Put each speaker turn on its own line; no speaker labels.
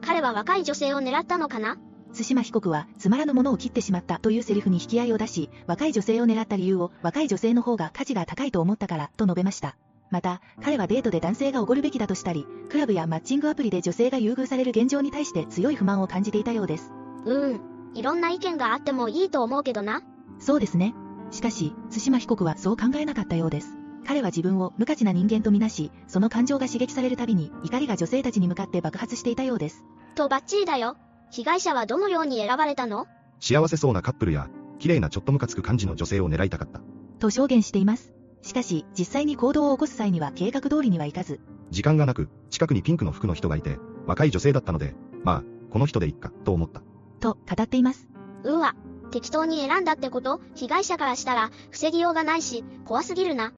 彼は若い女性を狙ったのかな？
対馬被告はつまらぬものを切ってしまったというセリフに引き合いを出し、若い女性を狙った理由を若い女性の方が価値が高いと思ったからと述べました。また、彼はデートで男性がおごるべきだとしたり、クラブやマッチングアプリで女性が優遇される現状に対して強い不満を感じていたようです。
いろんな意見があってもいいと思うけどな。
そうですね。しかし、対馬被告はそう考えなかったようです。彼は自分を無価値な人間とみなし、その感情が刺激されるたびに怒りが女性たちに向かって爆発していたようです。
とバッチリだよ。被害者はどのように選ばれたの？
幸せそうなカップルや、綺麗なちょっとムカつく感じの女性を狙いたかった。
と証言しています。しかし、実際に行動を起こす際には計画通りにはいかず。
時間がなく、近くにピンクの服の人がいて、若い女性だったので、まあ、この人でいっか、と思った。
と語っています。
適当に選んだってこと？被害者からしたら、防ぎようがないし、怖すぎるな。